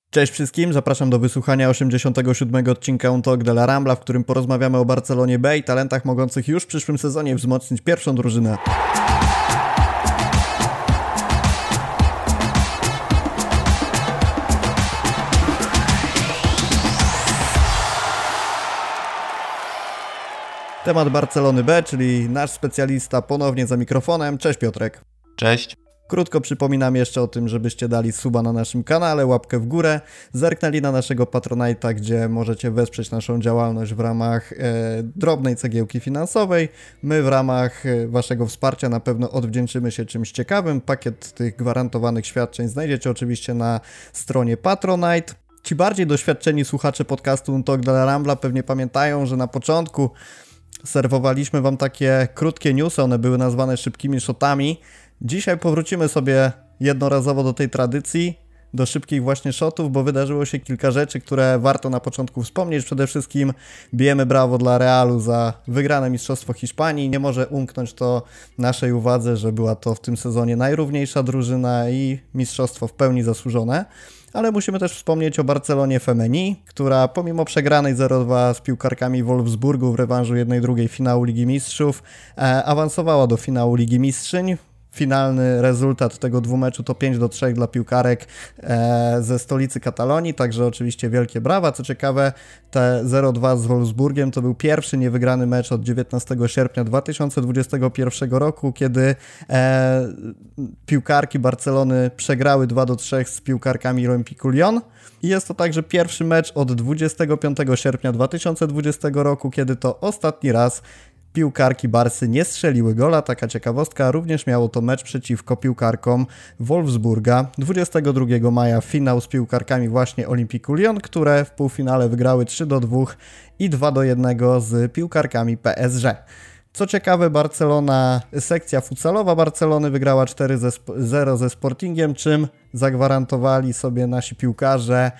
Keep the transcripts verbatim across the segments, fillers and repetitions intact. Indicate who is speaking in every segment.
Speaker 1: Cześć wszystkim, zapraszam do wysłuchania osiemdziesiątego siódmego odcinka Un Talk de la Rambla, w którym porozmawiamy o Barcelonie B i talentach mogących już w przyszłym sezonie wzmocnić pierwszą drużynę. Temat Barcelony B, czyli nasz specjalista ponownie za mikrofonem. Cześć Piotrek.
Speaker 2: Cześć.
Speaker 1: Krótko przypominam jeszcze o tym, żebyście dali suba na naszym kanale, łapkę w górę, zerknęli na naszego Patronite'a, gdzie możecie wesprzeć naszą działalność w ramach e, drobnej cegiełki finansowej. My w ramach e, waszego wsparcia na pewno odwdzięczymy się czymś ciekawym. Pakiet tych gwarantowanych świadczeń znajdziecie oczywiście na stronie Patronite. Ci bardziej doświadczeni słuchacze podcastu Un Talk de la Rambla pewnie pamiętają, że na początku serwowaliśmy wam takie krótkie newsy, one były nazwane szybkimi shotami. Dzisiaj powrócimy sobie jednorazowo do tej tradycji, do szybkich właśnie shotów, bo wydarzyło się kilka rzeczy, które warto na początku wspomnieć. Przede wszystkim bijemy brawo dla Realu za wygrane Mistrzostwo Hiszpanii. Nie może umknąć to naszej uwadze, że była to w tym sezonie najrówniejsza drużyna i mistrzostwo w pełni zasłużone. Ale musimy też wspomnieć o Barcelonie Femení, która pomimo przegranej zero dwa z piłkarkami Wolfsburgu w rewanżu jednej drugiej finału Ligi Mistrzów e, awansowała do finału Ligi Mistrzyń. Finalny rezultat tego dwumeczu to pięć do trzech dla piłkarek e, ze stolicy Katalonii, także oczywiście wielkie brawa. Co ciekawe, te zero dwa z Wolfsburgiem to był pierwszy niewygrany mecz od dziewiętnastego sierpnia dwa tysiące dwudziestego pierwszego roku, kiedy e, piłkarki Barcelony przegrały dwa do trzech z piłkarkami Olympiku Lyon. I jest to także pierwszy mecz od dwudziestego piątego sierpnia dwa tysiące dwudziestego roku, kiedy to ostatni raz piłkarki Barsy nie strzeliły gola. Taka ciekawostka, również miało to mecz przeciwko piłkarkom Wolfsburga. dwudziestego drugiego maja finał z piłkarkami właśnie Olympiku Lyon, które w półfinale wygrały trzy do dwóch i dwa do jednego z piłkarkami P S G. Co ciekawe, Barcelona, sekcja futsalowa Barcelony wygrała cztery zero ze Sportingiem, czym zagwarantowali sobie nasi piłkarze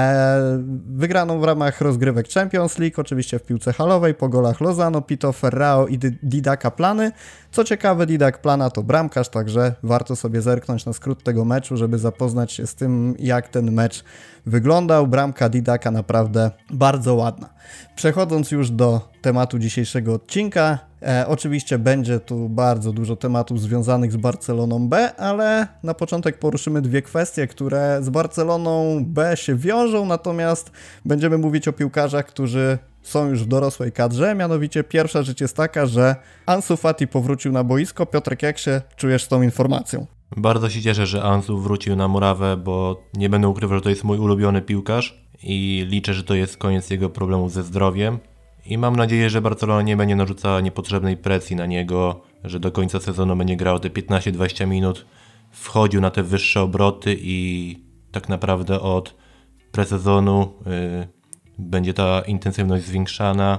Speaker 1: e, wygraną w ramach rozgrywek Champions League, oczywiście w piłce halowej, po golach Lozano, Pito Ferrao i Didac Plany. Co ciekawe, Didac Plana to bramkarz, także warto sobie zerknąć na skrót tego meczu, żeby zapoznać się z tym, jak ten mecz wyglądał. Bramka Didaca naprawdę bardzo ładna. Przechodząc już do tematu dzisiejszego odcinka, e, oczywiście będzie tu bardzo dużo tematów związanych z Barceloną B, ale na początek poruszymy dwie kwestie, które z Barceloną B się wiążą, natomiast będziemy mówić o piłkarzach, którzy są już w dorosłej kadrze. Mianowicie pierwsza rzecz jest taka, że Ansu Fati powrócił na boisko. Piotrek, jak się czujesz z tą informacją?
Speaker 2: Bardzo się cieszę, że Ansu wrócił na murawę, bo nie będę ukrywał, że to jest mój ulubiony piłkarz i liczę, że to jest koniec jego problemów ze zdrowiem. I mam nadzieję, że Barcelona nie będzie narzucała niepotrzebnej presji na niego, że do końca sezonu będzie grał te piętnaście dwadzieścia minut, wchodził na te wyższe obroty i tak naprawdę od presezonu yy, będzie ta intensywność zwiększana,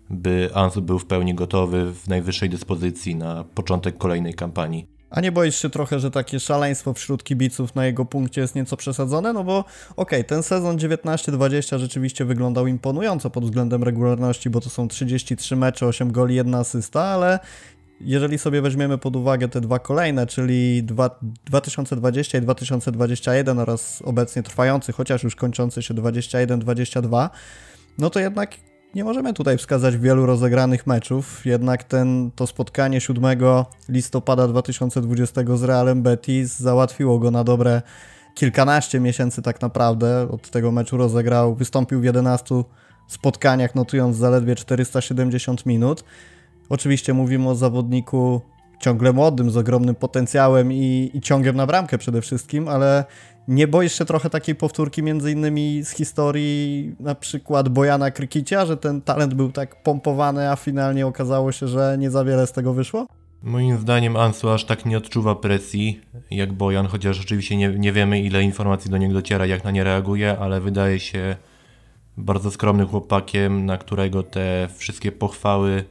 Speaker 2: by Ansu był w pełni gotowy w najwyższej dyspozycji na początek kolejnej kampanii.
Speaker 1: A nie boisz się trochę, że takie szaleństwo wśród kibiców na jego punkcie jest nieco przesadzone? No bo okej, okay, ten sezon dziewiętnaście dwadzieścia rzeczywiście wyglądał imponująco pod względem regularności, bo to są trzydzieści trzy mecze, osiem goli, jedna asysta, ale jeżeli sobie weźmiemy pod uwagę te dwa kolejne, czyli dwa tysiące dwudziesty i dwa tysiące dwudziesty pierwszy oraz obecnie trwający, chociaż już kończący się dwudziesty pierwszy dwudziesty drugi, no to jednak nie możemy tutaj wskazać wielu rozegranych meczów, jednak ten, to spotkanie siódmego listopada dwa tysiące dwudziestego z Realem Betis załatwiło go na dobre kilkanaście miesięcy tak naprawdę. Od tego meczu rozegrał, wystąpił w jedenastu spotkaniach, notując zaledwie czterysta siedemdziesiąt minut. Oczywiście mówimy o zawodniku ciągle młodym, z ogromnym potencjałem i, i ciągiem na bramkę przede wszystkim, ale nie boisz się trochę takiej powtórki między innymi z historii na przykład Bojana Krkicia, że ten talent był tak pompowany, a finalnie okazało się, że nie za wiele z tego wyszło?
Speaker 2: Moim zdaniem Ansu aż tak nie odczuwa presji jak Bojan, chociaż oczywiście nie, nie wiemy, ile informacji do niego dociera, jak na nie reaguje, ale wydaje się bardzo skromnym chłopakiem, na którego te wszystkie pochwały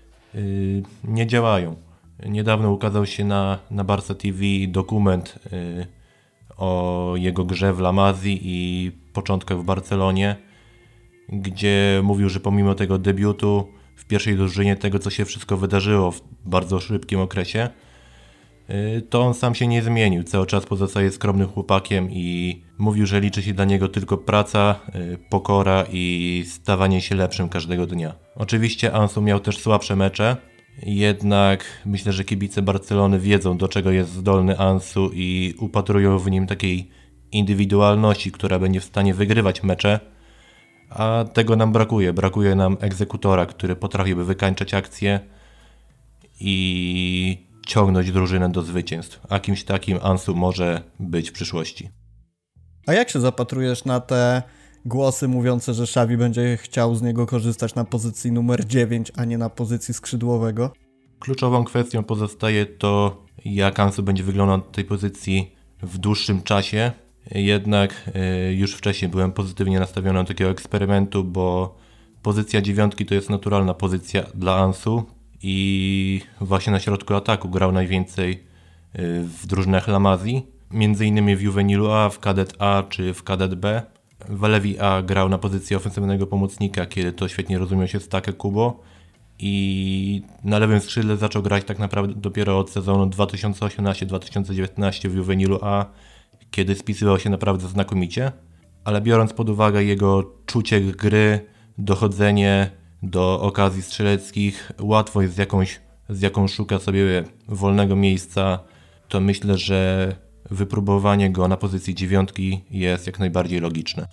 Speaker 2: yy, nie działają. Niedawno ukazał się na, na Barca T V dokument yy, o jego grze w La Masii i początkach w Barcelonie, gdzie mówił, że pomimo tego debiutu w pierwszej drużynie, tego co się wszystko wydarzyło w bardzo szybkim okresie, to on sam się nie zmienił. Cały czas pozostaje skromnym chłopakiem i mówił, że liczy się dla niego tylko praca, pokora i stawanie się lepszym każdego dnia. Oczywiście Ansu miał też słabsze mecze, jednak myślę, że kibice Barcelony wiedzą, do czego jest zdolny Ansu i upatrują w nim takiej indywidualności, która będzie w stanie wygrywać mecze, a tego nam brakuje. Brakuje nam egzekutora, który potrafiłby wykańczać akcje i ciągnąć drużynę do zwycięstw. A kimś takim Ansu może być w przyszłości.
Speaker 1: A jak się zapatrujesz na te głosy mówiące, że Xavi będzie chciał z niego korzystać na pozycji numer dziewięć, a nie na pozycji skrzydłowego?
Speaker 2: Kluczową kwestią pozostaje to, jak Ansu będzie wyglądał na tej pozycji w dłuższym czasie. Jednak y, już wcześniej byłem pozytywnie nastawiony do takiego eksperymentu, bo pozycja dziewiątki to jest naturalna pozycja dla Ansu i właśnie na środku ataku grał najwięcej y, w drużynach La Masii, między innymi w Juvenilu A, w Kadet A czy w Kadet B. W Levi A grał na pozycji ofensywnego pomocnika, kiedy to świetnie rozumiał się z Take Kubo i na lewym skrzydle zaczął grać tak naprawdę dopiero od sezonu dwa tysiące osiemnasty dwa tysiące dziewiętnasty w Juvenilu A, kiedy spisywał się naprawdę znakomicie, ale biorąc pod uwagę jego czucie gry, dochodzenie do okazji strzeleckich, łatwość z, jakąś, z jaką szuka sobie wolnego miejsca, to myślę, że wypróbowanie go na pozycji dziewiątki jest jak najbardziej logiczne.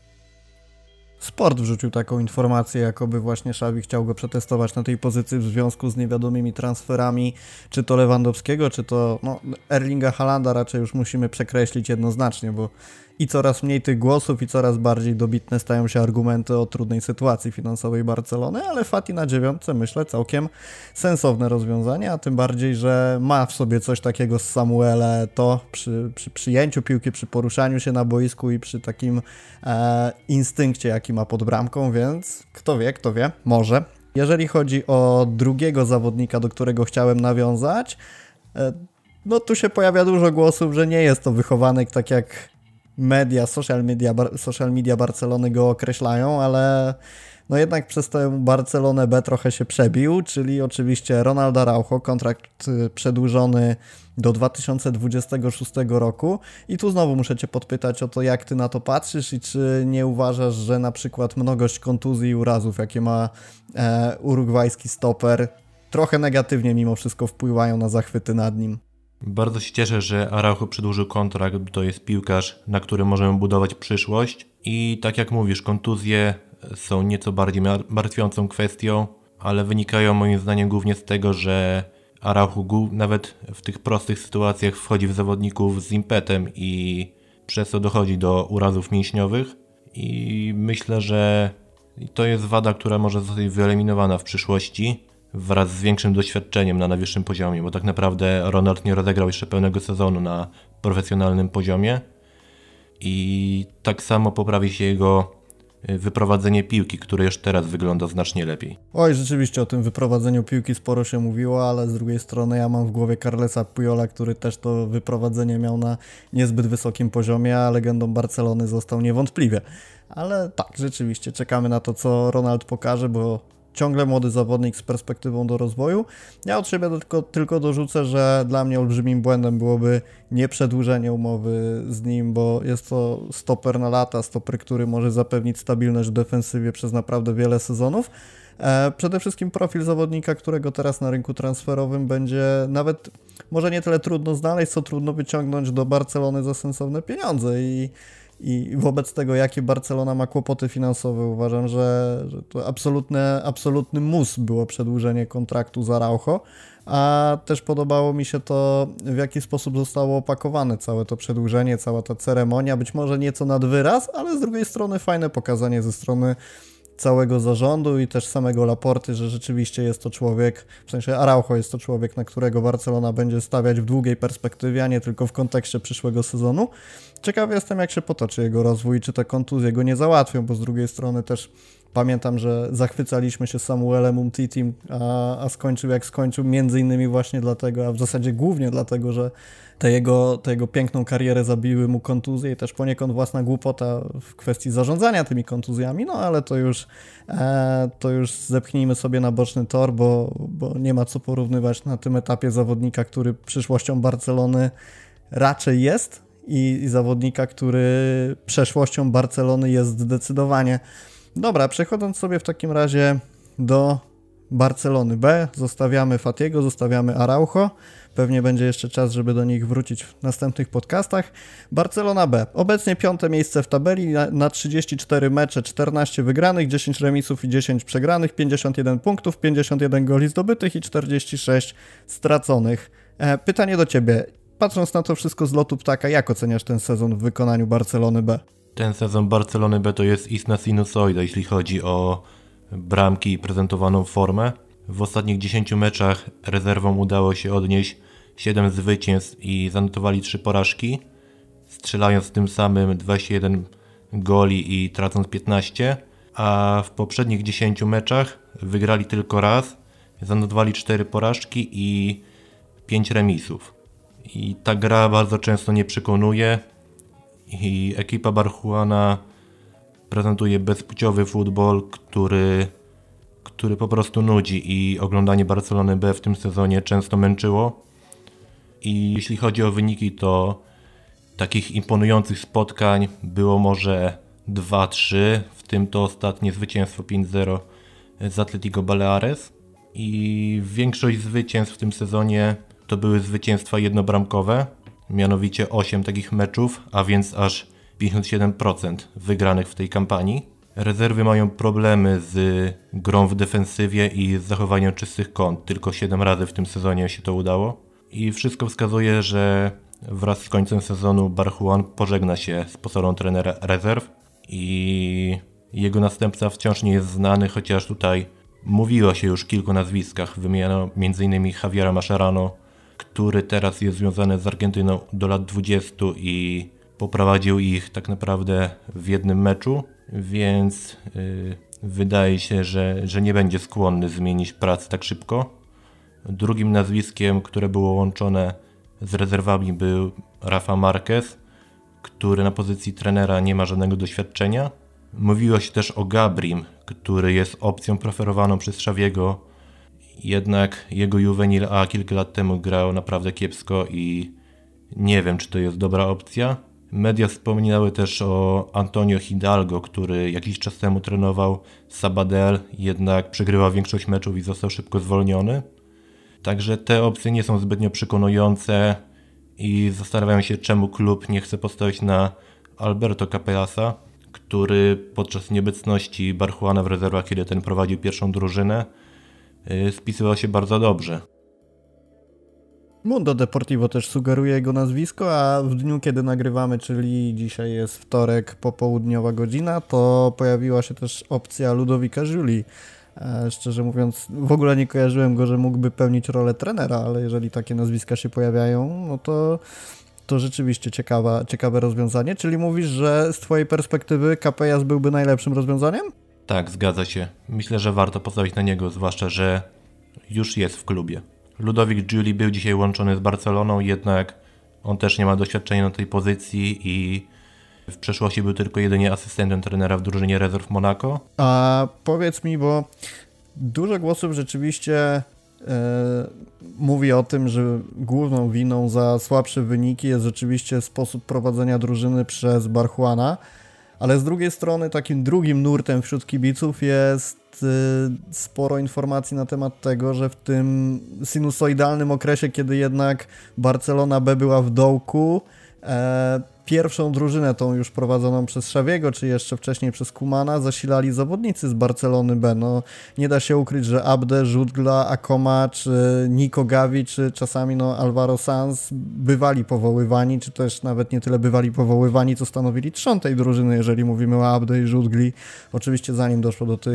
Speaker 1: Sport wrzucił taką informację, jakoby właśnie Xavi chciał go przetestować na tej pozycji w związku z niewiadomymi transferami, czy to Lewandowskiego, czy to no, Erlinga Haalanda raczej już musimy przekreślić jednoznacznie, bo i coraz mniej tych głosów i coraz bardziej dobitne stają się argumenty o trudnej sytuacji finansowej Barcelony, ale Fati na dziewiątce myślę całkiem sensowne rozwiązanie, a tym bardziej, że ma w sobie coś takiego z Samuele, to przy, przy przyjęciu piłki, przy poruszaniu się na boisku i przy takim e, instynkcie, jaki ma pod bramką, więc kto wie, kto wie, może. Jeżeli chodzi o drugiego zawodnika, do którego chciałem nawiązać, e, no tu się pojawia dużo głosów, że nie jest to wychowanek tak jak media, social media, social media Barcelony go określają, ale no jednak przez tę Barcelonę B trochę się przebił, czyli oczywiście Ronald Araujo, kontrakt przedłużony do dwa tysiące dwudziestego szóstego roku i tu znowu muszę Cię podpytać o to, jak Ty na to patrzysz i czy nie uważasz, że na przykład mnogość kontuzji i urazów, jakie ma e, urugwajski stoper, trochę negatywnie mimo wszystko wpływają na zachwyty nad nim.
Speaker 2: Bardzo się cieszę, że Araujo przedłużył kontrakt, bo to jest piłkarz, na którym możemy budować przyszłość i tak jak mówisz, kontuzje są nieco bardziej martwiącą kwestią, ale wynikają moim zdaniem głównie z tego, że Araujo nawet w tych prostych sytuacjach wchodzi w zawodników z impetem i przez to dochodzi do urazów mięśniowych i myślę, że to jest wada, która może zostać wyeliminowana w przyszłości wraz z większym doświadczeniem na najwyższym poziomie, bo tak naprawdę Ronald nie rozegrał jeszcze pełnego sezonu na profesjonalnym poziomie i tak samo poprawi się jego wyprowadzenie piłki, które już teraz wygląda znacznie lepiej.
Speaker 1: Oj, rzeczywiście o tym wyprowadzeniu piłki sporo się mówiło, ale z drugiej strony ja mam w głowie Carlesa Pujola, który też to wyprowadzenie miał na niezbyt wysokim poziomie, a legendą Barcelony został niewątpliwie. Ale tak, rzeczywiście czekamy na to, co Ronald pokaże, bo ciągle młody zawodnik z perspektywą do rozwoju. Ja od siebie tylko, tylko dorzucę, że dla mnie olbrzymim błędem byłoby nieprzedłużenie umowy z nim, bo jest to stoper na lata, stoper, który może zapewnić stabilność w defensywie przez naprawdę wiele sezonów. E, przede wszystkim profil zawodnika, którego teraz na rynku transferowym będzie nawet może nie tyle trudno znaleźć, co trudno wyciągnąć do Barcelony za sensowne pieniądze i I wobec tego, jakie Barcelona ma kłopoty finansowe, uważam, że, że to absolutne, absolutny mus było przedłużenie kontraktu z Araujo, a też podobało mi się to, w jaki sposób zostało opakowane całe to przedłużenie, cała ta ceremonia, być może nieco nad wyraz, ale z drugiej strony fajne pokazanie ze strony całego zarządu i też samego Laporty, że rzeczywiście jest to człowiek, w sensie Araujo jest to człowiek, na którego Barcelona będzie stawiać w długiej perspektywie, a nie tylko w kontekście przyszłego sezonu. Ciekawy jestem, jak się potoczy jego rozwój, czy te kontuzje go nie załatwią, bo z drugiej strony też pamiętam, że zachwycaliśmy się Samuelem Umtitim, a, a skończył jak skończył, między innymi właśnie dlatego, a w zasadzie głównie dlatego, że Tę jego, tę jego piękną karierę zabiły mu kontuzje i też poniekąd własna głupota w kwestii zarządzania tymi kontuzjami, no ale to już, e, to już zepchnijmy sobie na boczny tor, bo, bo nie ma co porównywać na tym etapie zawodnika, który przyszłością Barcelony raczej jest i, i zawodnika, który przeszłością Barcelony jest zdecydowanie. Dobra, przechodząc sobie w takim razie do Barcelony B, zostawiamy Fatiego, zostawiamy Araujo. Pewnie będzie jeszcze czas, żeby do nich wrócić w następnych podcastach. Barcelona B. Obecnie piąte miejsce w tabeli, na, na trzydzieści cztery mecze, czternaście wygranych, dziesięć remisów i dziesięć przegranych, pięćdziesiąt jeden punktów, pięćdziesiąt jeden goli zdobytych i czterdzieści sześć straconych. E, pytanie do Ciebie. Patrząc na to wszystko z lotu ptaka, jak oceniasz ten sezon w wykonaniu Barcelony B?
Speaker 2: Ten sezon Barcelony B to jest istna sinusoida, jeśli chodzi o bramki i prezentowaną formę. W ostatnich dziesięciu meczach rezerwom udało się odnieść siedem zwycięstw i zanotowali trzy porażki, strzelając tym samym dwadzieścia jeden goli i tracąc piętnaście, a w poprzednich dziesięciu meczach wygrali tylko raz, zanotowali cztery porażki i pięć remisów. I ta gra bardzo często nie przekonuje i ekipa Barjuana prezentuje bezpłciowy futbol, który, który po prostu nudzi i oglądanie Barcelony B w tym sezonie często męczyło. I jeśli chodzi o wyniki, to takich imponujących spotkań było może dwa trzy, w tym to ostatnie zwycięstwo pięć zero z Atletico Baleares. I większość zwycięstw w tym sezonie to były zwycięstwa jednobramkowe, mianowicie osiem takich meczów, a więc aż pięćdziesiąt siedem procent wygranych w tej kampanii. Rezerwy mają problemy z grą w defensywie i z zachowaniem czystych kąt. Tylko siedem razy w tym sezonie się to udało. I wszystko wskazuje, że wraz z końcem sezonu Barjuan pożegna się z posadą trenera rezerw i jego następca wciąż nie jest znany, chociaż tutaj mówiło się już o kilku nazwiskach. Wymieniono między innymi Javiera Mascherano, który teraz jest związany z Argentyną do lat dwudziestu i poprowadził ich tak naprawdę w jednym meczu, więc yy, wydaje się, że, że nie będzie skłonny zmienić pracy tak szybko. Drugim nazwiskiem, które było łączone z rezerwami, był Rafa Marquez, który na pozycji trenera nie ma żadnego doświadczenia. Mówiło się też o Gabrim, który jest opcją preferowaną przez Xaviego, jednak jego Juvenil A kilka lat temu grał naprawdę kiepsko i nie wiem, czy to jest dobra opcja. Media wspominały też o Antonio Hidalgo, który jakiś czas temu trenował Sabadell, jednak przegrywał większość meczów i został szybko zwolniony. Także te opcje nie są zbytnio przekonujące i zastanawiam się, czemu klub nie chce postawić na Alberto Capellasa, który podczas nieobecności Barjuana w rezerwach, kiedy ten prowadził pierwszą drużynę, spisywał się bardzo dobrze.
Speaker 1: Mundo Deportivo też sugeruje jego nazwisko, a w dniu, kiedy nagrywamy, czyli dzisiaj jest wtorek, popołudniowa godzina, to pojawiła się też opcja Ludovika Juli. E, szczerze mówiąc, w ogóle nie kojarzyłem go, że mógłby pełnić rolę trenera, ale jeżeli takie nazwiska się pojawiają, no to, to rzeczywiście ciekawa, ciekawe rozwiązanie. Czyli mówisz, że z twojej perspektywy Capellas byłby najlepszym rozwiązaniem?
Speaker 2: Tak, zgadza się. Myślę, że warto postawić na niego, zwłaszcza, że już jest w klubie. Ludovic Juli był dzisiaj łączony z Barceloną, jednak on też nie ma doświadczenia na tej pozycji i w przeszłości był tylko jedynie asystentem trenera w drużynie rezerw Monaco.
Speaker 1: A powiedz mi, bo dużo głosów rzeczywiście e, mówi o tym, że główną winą za słabsze wyniki jest rzeczywiście sposób prowadzenia drużyny przez Barjuana, ale z drugiej strony takim drugim nurtem wśród kibiców jest sporo informacji na temat tego, że w tym sinusoidalnym okresie, kiedy jednak Barcelona B była w dołku, e, pierwszą drużynę tą już prowadzoną przez Xaviego, czy jeszcze wcześniej przez Koemana, zasilali zawodnicy z Barcelony B. No, nie da się ukryć, że Abde, Jutgla, Akoma, czy Nico Gavi, czy czasami no, Alvaro Sanz bywali powoływani, czy też nawet nie tyle bywali powoływani, co stanowili trzon tej drużyny, jeżeli mówimy o Abde i Jutgli. Oczywiście zanim doszło do tych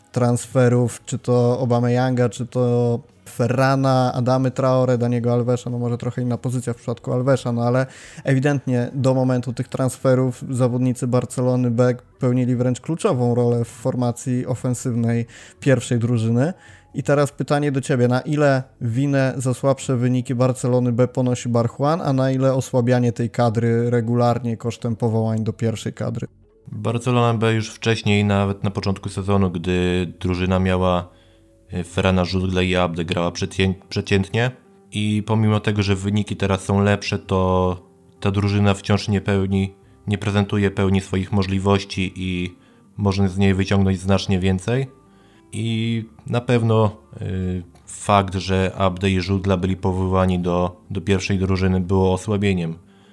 Speaker 1: transferów, czy to Aubameyanga, czy to Ferrana, Adamy Traore, Daniego Alvesa, no może trochę inna pozycja w przypadku Alvesa, no ale ewidentnie do momentu tych transferów zawodnicy Barcelony B pełnili wręcz kluczową rolę w formacji ofensywnej pierwszej drużyny. I teraz pytanie do Ciebie, na ile winę za słabsze wyniki Barcelony B ponosi Barjuan, a na ile osłabianie tej kadry regularnie kosztem powołań do pierwszej kadry?
Speaker 2: Barcelona B już wcześniej, nawet na początku sezonu, gdy drużyna miała Ferrana, Jutglę i Abde, grała przeciętnie i pomimo tego, że wyniki teraz są lepsze, to ta drużyna wciąż nie pełni, nie prezentuje pełni swoich możliwości i można z niej wyciągnąć znacznie więcej. I na pewno y, fakt, że Abde i Jutgla byli powołani do, do pierwszej drużyny, było osłabieniem.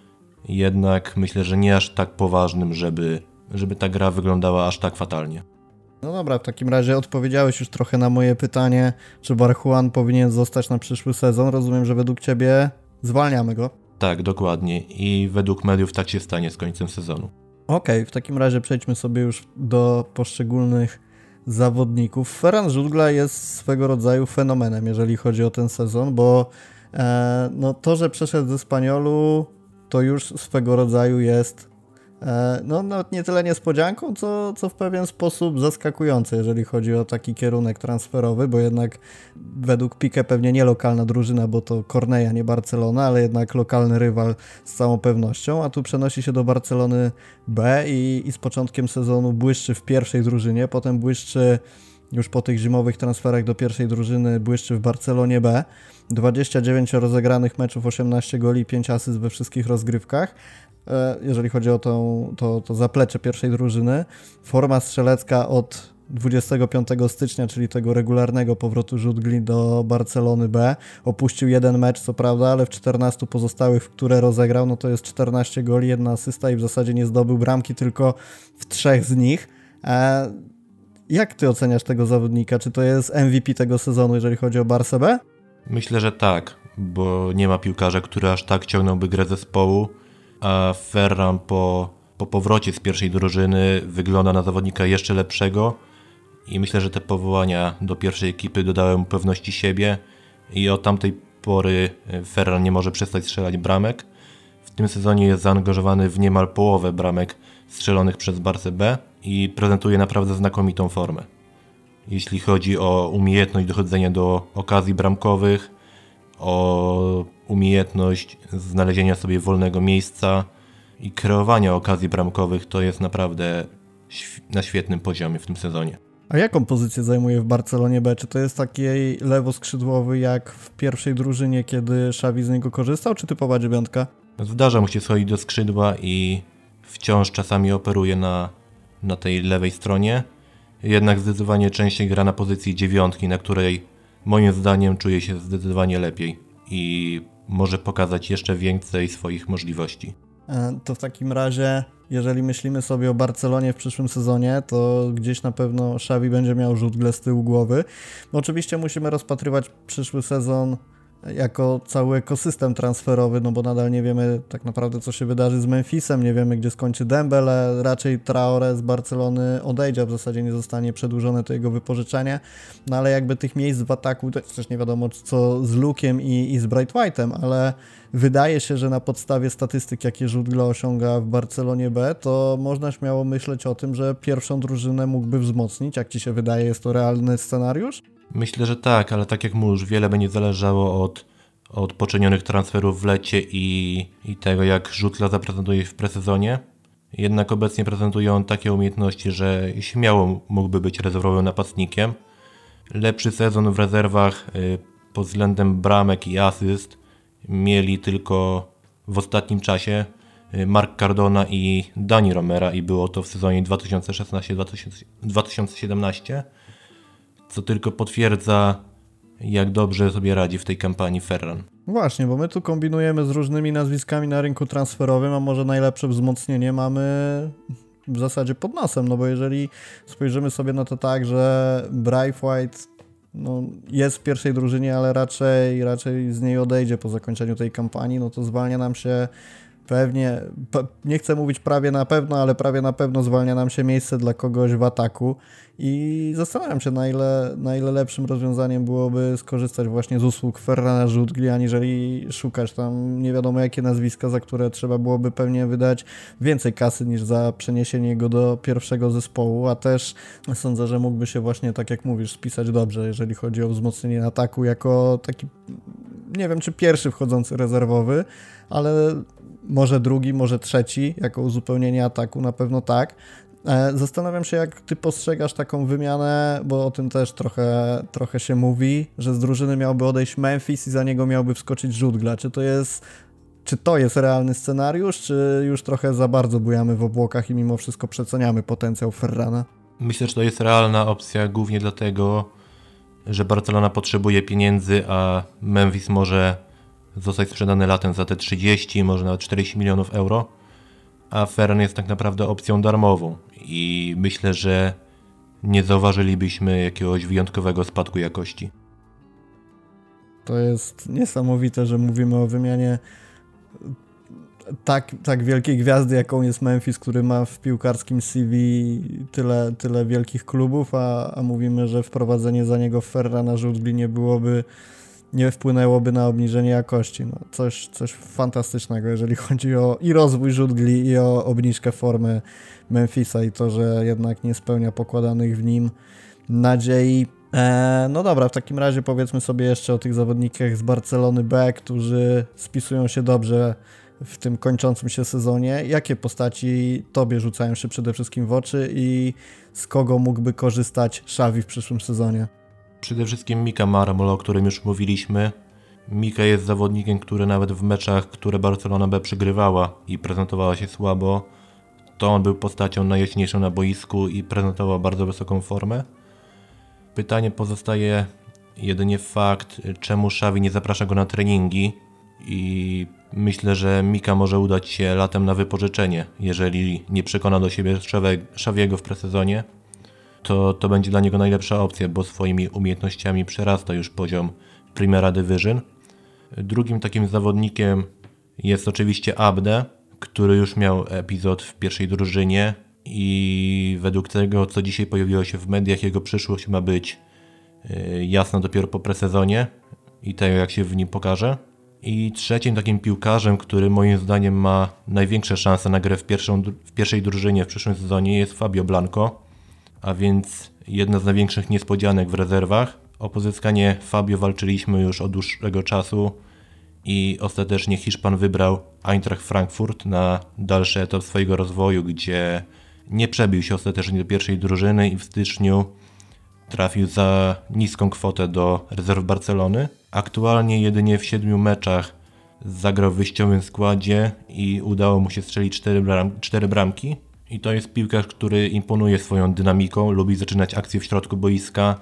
Speaker 2: Jednak myślę, że nie aż tak poważnym, żeby, żeby ta gra wyglądała aż tak fatalnie.
Speaker 1: No dobra, w takim razie odpowiedziałeś już trochę na moje pytanie, czy Barjuan powinien zostać na przyszły sezon. Rozumiem, że według Ciebie zwalniamy go.
Speaker 2: Tak, dokładnie. I według mediów tak się stanie z końcem sezonu.
Speaker 1: Okej, okay, w takim razie przejdźmy sobie już do poszczególnych zawodników. Ferran Jutgla jest swego rodzaju fenomenem, jeżeli chodzi o ten sezon, bo e, no to, że przeszedł ze Spaniolu, to już swego rodzaju jest e, no, no nie tyle niespodzianką, co, co w pewien sposób zaskakujące, jeżeli chodzi o taki kierunek transferowy, bo jednak według Piqué pewnie nie lokalna drużyna, bo to Cornellà, nie Barcelona, ale jednak lokalny rywal z całą pewnością, a tu przenosi się do Barcelony B i, i z początkiem sezonu błyszczy w pierwszej drużynie, potem błyszczy już po tych zimowych transferach do pierwszej drużyny, błyszczy w Barcelonie B. dwadzieścia dziewięć rozegranych meczów, osiemnaście goli, pięć asyst we wszystkich rozgrywkach. Jeżeli chodzi o tą, to, to zaplecze pierwszej drużyny. Forma strzelecka od dwudziestego piątego stycznia, czyli tego regularnego powrotu Jutgli do Barcelony B. Opuścił jeden mecz, co prawda, ale w czternastu pozostałych, w które rozegrał, no to jest czternaście goli, jedna asysta i w zasadzie nie zdobył bramki, tylko w trzech z nich. E, jak ty oceniasz tego zawodnika? Czy to jest M V P tego sezonu, jeżeli chodzi o Barcelonę B?
Speaker 2: Myślę, że tak, bo nie ma piłkarza, który aż tak ciągnąłby grę zespołu, a Ferran po, po powrocie z pierwszej drużyny wygląda na zawodnika jeszcze lepszego i myślę, że te powołania do pierwszej ekipy dodały mu pewności siebie i od tamtej pory Ferran nie może przestać strzelać bramek. W tym sezonie jest zaangażowany w niemal połowę bramek strzelonych przez Barcę B i prezentuje naprawdę znakomitą formę. Jeśli chodzi o umiejętność dochodzenia do okazji bramkowych, o umiejętność znalezienia sobie wolnego miejsca i kreowania okazji bramkowych, to jest naprawdę na świetnym poziomie w tym sezonie.
Speaker 1: A jaką pozycję zajmuje w Barcelonie B? Czy to jest taki lewoskrzydłowy jak w pierwszej drużynie, kiedy Xavi z niego korzystał, czy typowa dziewiątka?
Speaker 2: Zdarza mu się schodzić do skrzydła i wciąż czasami operuje na, na tej lewej stronie. Jednak zdecydowanie częściej gra na pozycji dziewiątki, na której moim zdaniem czuje się zdecydowanie lepiej i może pokazać jeszcze więcej swoich możliwości.
Speaker 1: To w takim razie, jeżeli myślimy sobie o Barcelonie w przyszłym sezonie, to gdzieś na pewno Xavi będzie miał Jutglę z tyłu głowy. Bo oczywiście musimy rozpatrywać przyszły sezon jako cały ekosystem transferowy, no bo nadal nie wiemy tak naprawdę, co się wydarzy z Memphisem, nie wiemy, gdzie skończy Dembele, raczej Traore z Barcelony odejdzie, a w zasadzie nie zostanie przedłużone to jego wypożyczenie, no ale jakby tych miejsc w ataku, też nie wiadomo, co z Lukiem i, i z Bright White'em, ale wydaje się, że na podstawie statystyk, jakie Jutgla osiąga w Barcelonie B, to można śmiało myśleć o tym, że pierwszą drużynę mógłby wzmocnić. Jak Ci się wydaje, jest to realny scenariusz?
Speaker 2: Myślę, że tak, ale tak jak mówisz, wiele będzie zależało od, od poczynionych transferów w lecie i, i tego, jak Jutgla zaprezentuje w presezonie. Jednak obecnie prezentuje on takie umiejętności, że śmiało mógłby być rezerwowym napastnikiem. Lepszy sezon w rezerwach y, pod względem bramek i asyst mieli tylko w ostatnim czasie Marc Cardona i Dani Romera i było to w sezonie dwa tysiące szesnastym dwa tysiące siedemnastym, co tylko potwierdza, jak dobrze sobie radzi w tej kampanii Ferran.
Speaker 1: Właśnie, bo my tu kombinujemy z różnymi nazwiskami na rynku transferowym, a może najlepsze wzmocnienie mamy w zasadzie pod nosem, no bo jeżeli spojrzymy sobie na to tak, że Bright White no, jest w pierwszej drużynie, ale raczej, raczej z niej odejdzie po zakończeniu tej kampanii, no to zwalnia nam się pewnie, pe, nie chcę mówić prawie na pewno, ale prawie na pewno zwalnia nam się miejsce dla kogoś w ataku i zastanawiam się, na ile, na ile lepszym rozwiązaniem byłoby skorzystać właśnie z usług Ferrana Żudgli, aniżeli szukać tam nie wiadomo jakie nazwiska, za które trzeba byłoby pewnie wydać więcej kasy niż za przeniesienie go do pierwszego zespołu, a też sądzę, że mógłby się właśnie, tak jak mówisz, spisać dobrze, jeżeli chodzi o wzmocnienie ataku jako taki, nie wiem czy pierwszy wchodzący rezerwowy, ale może drugi, może trzeci, jako uzupełnienie ataku, na pewno tak. Zastanawiam się, jak ty postrzegasz taką wymianę, bo o tym też trochę, trochę się mówi, że z drużyny miałby odejść Memphis i za niego miałby wskoczyć Żudgla. Czy to jest, czy to jest realny scenariusz, czy już trochę za bardzo bujamy w obłokach i mimo wszystko przeceniamy potencjał Ferrana?
Speaker 2: Myślę, że to jest realna opcja, głównie dlatego, że Barcelona potrzebuje pieniędzy, a Memphis może zostać sprzedany latem za te trzydzieści, może nawet czterdzieści milionów euro, a Ferran jest tak naprawdę opcją darmową i myślę, że nie zauważylibyśmy jakiegoś wyjątkowego spadku jakości.
Speaker 1: To jest niesamowite, że mówimy o wymianie tak, tak wielkiej gwiazdy, jaką jest Memphis, który ma w piłkarskim C V tyle, tyle wielkich klubów, a, a mówimy, że wprowadzenie za niego Ferrana Żudgli nie byłoby, nie wpłynęłoby na obniżenie jakości. No, coś, coś fantastycznego, jeżeli chodzi o i rozwój Żudgli, i o obniżkę formy Memphisa i to, że jednak nie spełnia pokładanych w nim nadziei. Eee, no dobra, w takim razie powiedzmy sobie jeszcze o tych zawodnikach z Barcelony B, którzy spisują się dobrze w tym kończącym się sezonie. Jakie postaci tobie rzucają się przede wszystkim w oczy i z kogo mógłby korzystać Xavi w przyszłym sezonie?
Speaker 2: Przede wszystkim Mika Marmol, o którym już mówiliśmy. Mika jest zawodnikiem, który nawet w meczach, które Barcelona B przegrywała i prezentowała się słabo, to on był postacią najjaśniejszą na boisku i prezentował bardzo wysoką formę. Pytanie pozostaje jedynie fakt, czemu Xavi nie zaprasza go na treningi i myślę, że Mika może udać się latem na wypożyczenie. Jeżeli nie przekona do siebie Xaviego w presezonie, to to będzie dla niego najlepsza opcja, bo swoimi umiejętnościami przerasta już poziom Primera Division. Drugim takim zawodnikiem jest oczywiście Abde, który już miał epizod w pierwszej drużynie i według tego, co dzisiaj pojawiło się w mediach, jego przyszłość ma być jasna dopiero po presezonie i tego, jak się w nim pokaże. I trzecim takim piłkarzem, który moim zdaniem ma największe szanse na grę w, pierwszą, w pierwszej drużynie w przyszłym sezonie, jest Fabio Blanco, a więc jedna z największych niespodzianek w rezerwach. O pozyskanie Fabio walczyliśmy już od dłuższego czasu i ostatecznie Hiszpan wybrał Eintracht Frankfurt na dalszy etap swojego rozwoju, gdzie nie przebił się ostatecznie do pierwszej drużyny i w styczniu trafił za niską kwotę do rezerw Barcelony. Aktualnie jedynie w siedmiu meczach zagrał w wyjściowym składzie i udało mu się strzelić cztery, bram, cztery bramki. I to jest piłkarz, który imponuje swoją dynamiką, lubi zaczynać akcje w środku boiska,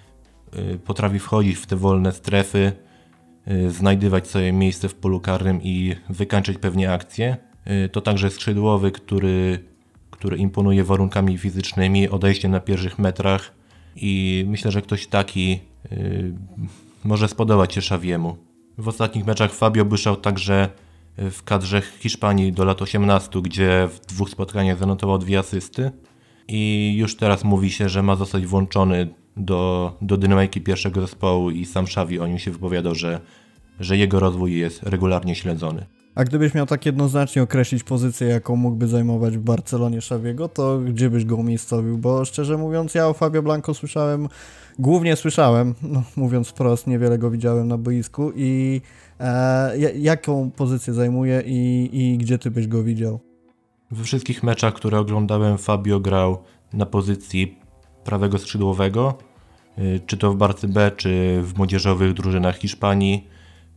Speaker 2: potrafi wchodzić w te wolne strefy, znajdywać sobie miejsce w polu karnym i wykańczyć pewnie akcje. To także skrzydłowy, który, który imponuje warunkami fizycznymi, odejściem na pierwszych metrach i myślę, że ktoś taki yy, może spodobać się Xaviemu. W ostatnich meczach Fabio błyszczał także w kadrze Hiszpanii do lat osiemnastu, gdzie w dwóch spotkaniach zanotował dwie asysty i już teraz mówi się, że ma zostać włączony do, do dynamiki pierwszego zespołu i sam Xavi o nim się wypowiadał, że, że jego rozwój jest regularnie śledzony.
Speaker 1: A gdybyś miał tak jednoznacznie określić pozycję, jaką mógłby zajmować w Barcelonie Xaviego, to gdzie byś go umiejscowił? Bo szczerze mówiąc, ja o Fabio Blanco słyszałem, głównie słyszałem, no, mówiąc wprost, niewiele go widziałem na boisku i e, jaką pozycję zajmuje i, i gdzie ty byś go widział?
Speaker 2: We wszystkich meczach, które oglądałem, Fabio grał na pozycji prawego skrzydłowego, czy to w Barcy B, czy w młodzieżowych drużynach Hiszpanii,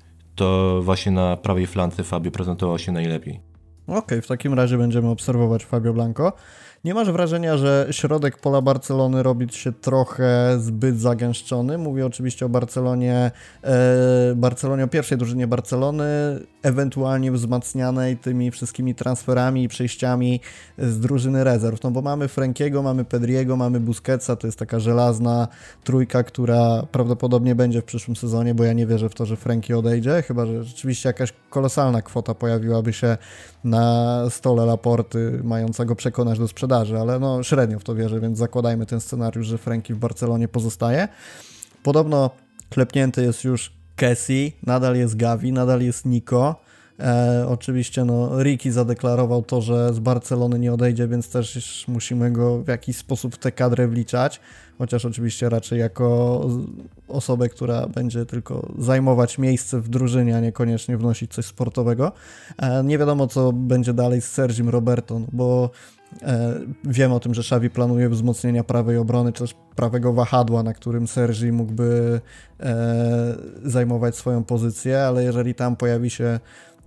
Speaker 2: to właśnie na prawej flance Fabio prezentował się najlepiej.
Speaker 1: Okej, okay, w takim razie będziemy obserwować Fabio Blanco. Nie masz wrażenia, że środek pola Barcelony robi się trochę zbyt zagęszczony? Mówię oczywiście o Barcelonie, e, Barcelonie, o pierwszej drużynie Barcelony, ewentualnie wzmacnianej tymi wszystkimi transferami i przejściami z drużyny rezerw. No bo mamy Frankiego, mamy Pedriego, mamy Busquetsa, to jest taka żelazna trójka, która prawdopodobnie będzie w przyszłym sezonie, bo ja nie wierzę w to, że Franki odejdzie, chyba że rzeczywiście jakaś kolosalna kwota pojawiłaby się na stole Laporty, mająca go przekonać do sprzedaży, ale no średnio w to wierzę, więc zakładajmy ten scenariusz, że Franki w Barcelonie pozostaje. Podobno klepnięty jest już Kessi, nadal jest Gavi, nadal jest Nico. E, oczywiście no Ricky zadeklarował to, że z Barcelony nie odejdzie, więc też musimy go w jakiś sposób w tę kadrę wliczać, chociaż oczywiście raczej jako osobę, która będzie tylko zajmować miejsce w drużynie, a niekoniecznie wnosić coś sportowego. E, nie wiadomo, co będzie dalej z Sergim Roberto, no bo e, wiem o tym, że Xavi planuje wzmocnienia prawej obrony, czy też prawego wahadła, na którym Sergi mógłby e, zajmować swoją pozycję, ale jeżeli tam pojawi się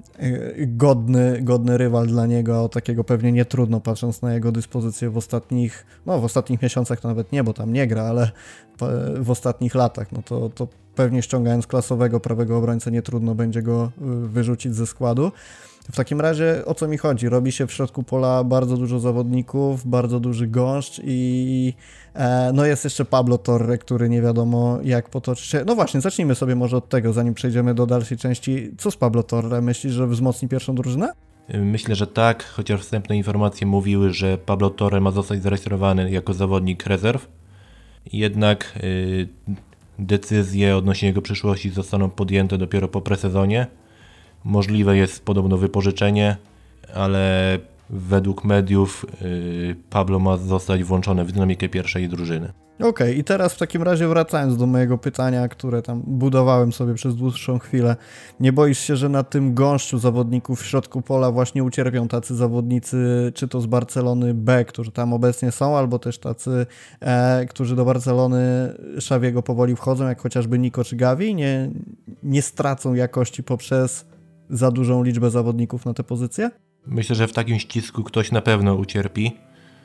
Speaker 1: godny, godny rywal dla niego, a o takiego pewnie nie trudno, patrząc na jego dyspozycję w ostatnich, no w ostatnich miesiącach to nawet nie, bo tam nie gra, ale w ostatnich latach, no to, to pewnie ściągając klasowego prawego obrońcę nie trudno będzie go wyrzucić ze składu. W takim razie o co mi chodzi? Robi się w środku pola bardzo dużo zawodników, bardzo duży gąszcz i e, no jest jeszcze Pablo Torre, który nie wiadomo jak potoczy się. No właśnie, zacznijmy sobie może od tego, zanim przejdziemy do dalszej części. Co z Pablo Torre? Myślisz, że wzmocni pierwszą drużynę?
Speaker 2: Myślę, że tak, chociaż wstępne informacje mówiły, że Pablo Torre ma zostać zarejestrowany jako zawodnik rezerw. Jednak yy, decyzje odnośnie jego przyszłości zostaną podjęte dopiero po presezonie. Możliwe jest podobno wypożyczenie, ale według mediów yy, Pablo ma zostać włączony w dynamikę pierwszej drużyny.
Speaker 1: Okej, okay, i teraz w takim razie wracając do mojego pytania, które tam budowałem sobie przez dłuższą chwilę. Nie boisz się, że na tym gąszczu zawodników w środku pola właśnie ucierpią tacy zawodnicy, czy to z Barcelony B, którzy tam obecnie są, albo też tacy, e, którzy do Barcelony Xaviego powoli wchodzą, jak chociażby Nico czy Gavi, nie, nie stracą jakości poprzez za dużą liczbę zawodników na tę pozycję?
Speaker 2: Myślę, że w takim ścisku ktoś na pewno ucierpi,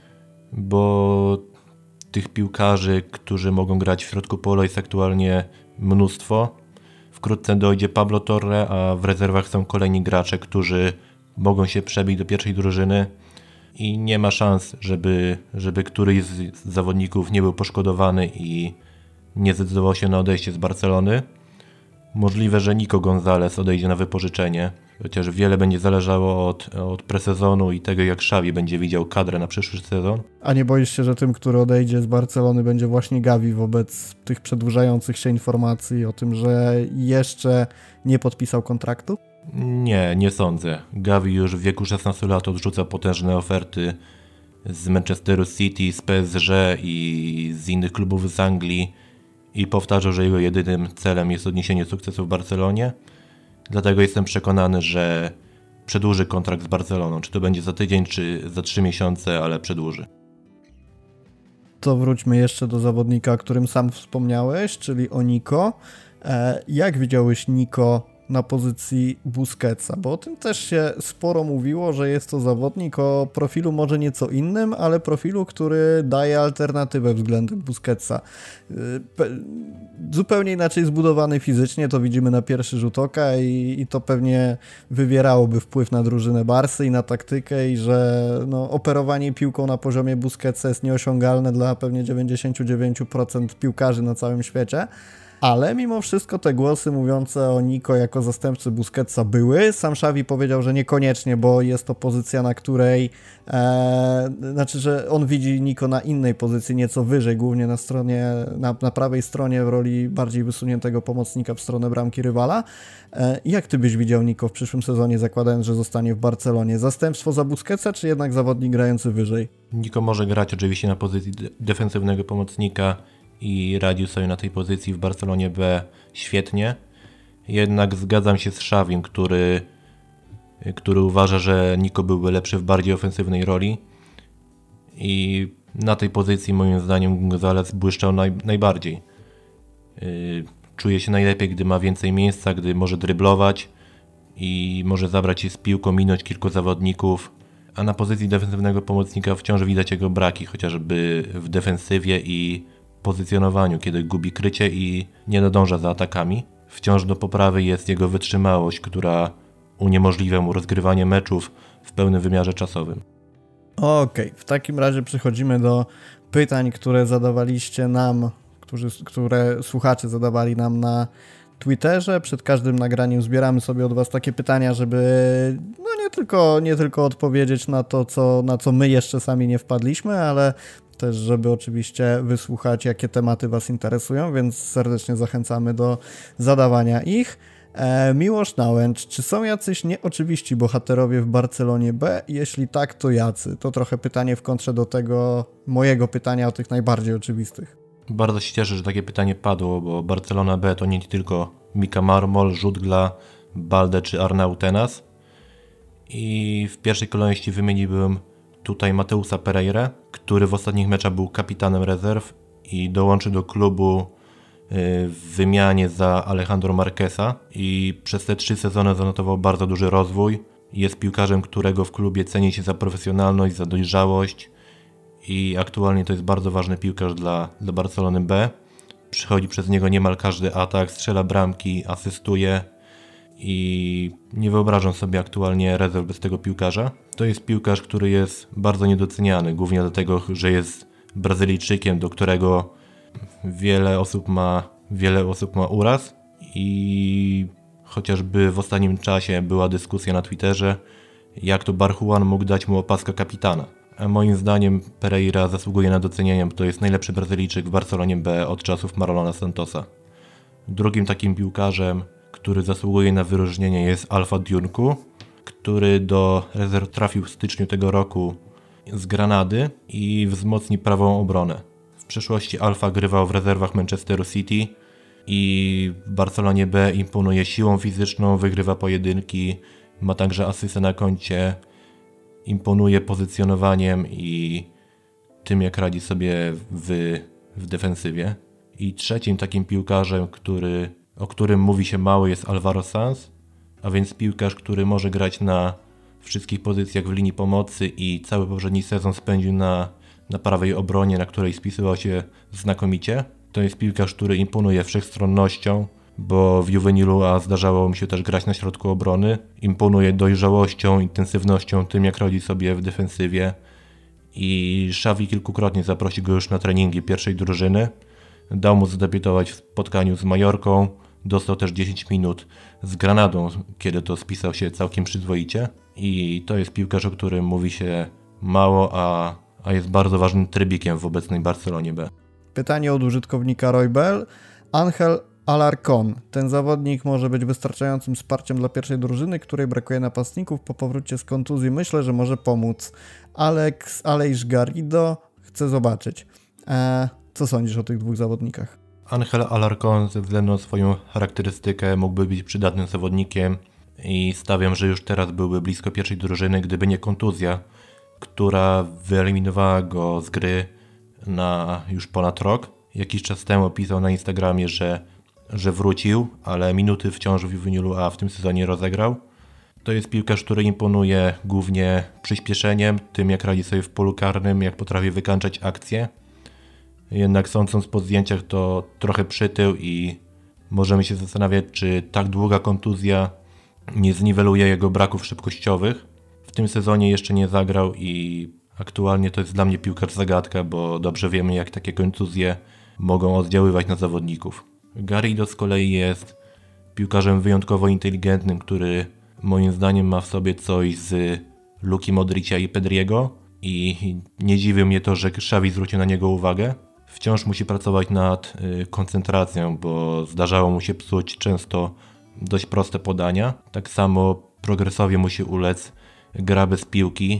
Speaker 2: bo tych piłkarzy, którzy mogą grać w środku pola jest aktualnie mnóstwo. Wkrótce dojdzie Pablo Torre, a w rezerwach są kolejni gracze, którzy mogą się przebić do pierwszej drużyny i nie ma szans, żeby, żeby któryś z zawodników nie był poszkodowany i nie zdecydował się na odejście z Barcelony. Możliwe, że Nico González odejdzie na wypożyczenie, chociaż wiele będzie zależało od, od presezonu i tego, jak Xavi będzie widział kadrę na przyszły sezon.
Speaker 1: A nie boisz się, że tym, który odejdzie z Barcelony, będzie właśnie Gavi wobec tych przedłużających się informacji o tym, że jeszcze nie podpisał kontraktu?
Speaker 2: Nie, nie sądzę. Gavi już w wieku szesnastu lat odrzuca potężne oferty z Manchesteru City, z P S G i z innych klubów z Anglii i powtarzał, że jego jedynym celem jest odniesienie sukcesu w Barcelonie. Dlatego jestem przekonany, że przedłuży kontrakt z Barceloną. Czy to będzie za tydzień, czy za trzy miesiące, ale przedłuży.
Speaker 1: To wróćmy jeszcze do zawodnika, o którym sam wspomniałeś, czyli o Nico. E, jak widziałeś Nico na pozycji Busquetsa? Bo o tym też się sporo mówiło, że jest to zawodnik o profilu może nieco innym, ale profilu, który daje alternatywę względem Busquetsa. Zupełnie inaczej zbudowany fizycznie, to widzimy na pierwszy rzut oka i, i to pewnie wywierałoby wpływ na drużynę Barsy i na taktykę i że no, operowanie piłką na poziomie Busquetsa jest nieosiągalne dla pewnie dziewięćdziesiąt dziewięć procent piłkarzy na całym świecie. Ale mimo wszystko te głosy mówiące o Nico jako zastępcy Busquetsa były. Sam Xavi powiedział, że niekoniecznie, bo jest to pozycja, na której e, znaczy, że on widzi Nico na innej pozycji, nieco wyżej, głównie na stronie, na, na prawej stronie w roli bardziej wysuniętego pomocnika w stronę bramki rywala. E, jak ty byś widział Nico w przyszłym sezonie, zakładając, że zostanie w Barcelonie? Zastępstwo za Busquetsa, czy jednak zawodnik grający wyżej?
Speaker 2: Nico może grać oczywiście na pozycji de- defensywnego pomocnika i radził sobie na tej pozycji w Barcelonie B świetnie. Jednak zgadzam się z Xavim, który, który uważa, że Nico byłby lepszy w bardziej ofensywnej roli i na tej pozycji moim zdaniem González błyszczał naj, najbardziej. Czuje się najlepiej, gdy ma więcej miejsca, gdy może dryblować i może zabrać się z piłką, minąć kilku zawodników, a na pozycji defensywnego pomocnika wciąż widać jego braki, chociażby w defensywie i pozycjonowaniu, kiedy gubi krycie i nie nadąża za atakami. Wciąż do poprawy jest jego wytrzymałość, która uniemożliwia mu rozgrywanie meczów w pełnym wymiarze czasowym.
Speaker 1: Okej, w takim razie przechodzimy do pytań, które zadawaliście nam, którzy, które słuchacze zadawali nam na Twitterze. Przed każdym nagraniem zbieramy sobie od was takie pytania, żeby no nie tylko, nie tylko odpowiedzieć na to, co, na co my jeszcze sami nie wpadliśmy, ale też, żeby oczywiście wysłuchać, jakie tematy was interesują, więc serdecznie zachęcamy do zadawania ich. E, Miłosz Nałęcz, czy są jacyś nieoczywiści bohaterowie w Barcelonie B? Jeśli tak, to jacy? To trochę pytanie w kontrze do tego mojego pytania o tych najbardziej oczywistych.
Speaker 2: Bardzo się cieszę, że takie pytanie padło, bo Barcelona B to nie tylko Mika Marmol, Jutgla, Balde czy Arnau Tenas. I w pierwszej kolejności wymieniłbym tutaj Mateusa Pereirę, który w ostatnich meczach był kapitanem rezerw i dołączył do klubu w wymianie za Alejandro Marqueza i przez te trzy sezony zanotował bardzo duży rozwój. Jest piłkarzem, którego w klubie ceni się za profesjonalność, za dojrzałość i aktualnie to jest bardzo ważny piłkarz dla, dla Barcelony B. Przychodzi przez niego niemal każdy atak, strzela bramki, asystuje i nie wyobrażam sobie aktualnie rezerw bez tego piłkarza. To jest piłkarz, który jest bardzo niedoceniany, głównie dlatego, że jest Brazylijczykiem, do którego wiele osób ma, wiele osób ma uraz i chociażby w ostatnim czasie była dyskusja na Twitterze, jak to Barjuan mógł dać mu opaskę kapitana. A moim zdaniem Pereira zasługuje na docenienie, bo to jest najlepszy Brazylijczyk w Barcelonie B od czasów Marlona Santosa. Drugim takim piłkarzem, który zasługuje na wyróżnienie, jest Alpha Diunku, który do rezerw trafił w styczniu tego roku z Granady i wzmocni prawą obronę. W przeszłości Alpha grywał w rezerwach Manchesteru City i w Barcelonie B imponuje siłą fizyczną, wygrywa pojedynki, ma także asystę na koncie, imponuje pozycjonowaniem i tym, jak radzi sobie w, w defensywie. I trzecim takim piłkarzem, który, o którym mówi się mało, jest Alvaro Sanz, a więc piłkarz, który może grać na wszystkich pozycjach w linii pomocy i cały poprzedni sezon spędził na, na prawej obronie, na której spisywał się znakomicie. To jest piłkarz, który imponuje wszechstronnością, bo w Juvenilu A zdarzało mu się też grać na środku obrony. Imponuje dojrzałością, intensywnością, tym jak radzi sobie w defensywie. I Xavi kilkukrotnie zaprosił go już na treningi pierwszej drużyny. Dał mu zadebiutować w spotkaniu z Majorką. Dostał też dziesięć minut z Granadą, kiedy to spisał się całkiem przyzwoicie. I to jest piłkarz, o którym mówi się mało, a, a jest bardzo ważnym trybikiem w obecnej Barcelonie B.
Speaker 1: Pytanie od użytkownika Roybel. Angel Alarcón. Ten zawodnik może być wystarczającym wsparciem dla pierwszej drużyny, której brakuje napastników po powrocie z kontuzji. Myślę, że może pomóc. Alex Aleix Garrido. Chcę zobaczyć. Eee, co sądzisz o tych dwóch zawodnikach?
Speaker 2: Angel Alarcón ze względu na swoją charakterystykę mógłby być przydatnym zawodnikiem i stawiam, że już teraz byłby blisko pierwszej drużyny, gdyby nie kontuzja, która wyeliminowała go z gry na już ponad rok. Jakiś czas temu pisał na Instagramie, że, że wrócił, ale minuty wciąż w Juvenilu A w tym sezonie rozegrał. To jest piłkarz, który imponuje głównie przyspieszeniem, tym jak radzi sobie w polu karnym, jak potrafi wykańczać akcje. Jednak sądząc po zdjęciach to trochę przytył i możemy się zastanawiać, czy tak długa kontuzja nie zniweluje jego braków szybkościowych. W tym sezonie jeszcze nie zagrał i aktualnie to jest dla mnie piłkarz zagadka, bo dobrze wiemy, jak takie kontuzje mogą oddziaływać na zawodników. Garrido z kolei jest piłkarzem wyjątkowo inteligentnym, który moim zdaniem ma w sobie coś z Luki Modricia i Pedriego i nie dziwi mnie to, że Xavi zwrócił na niego uwagę. Wciąż musi pracować nad koncentracją, bo zdarzało mu się psuć często dość proste podania. Tak samo progresowi musi ulec gra bez piłki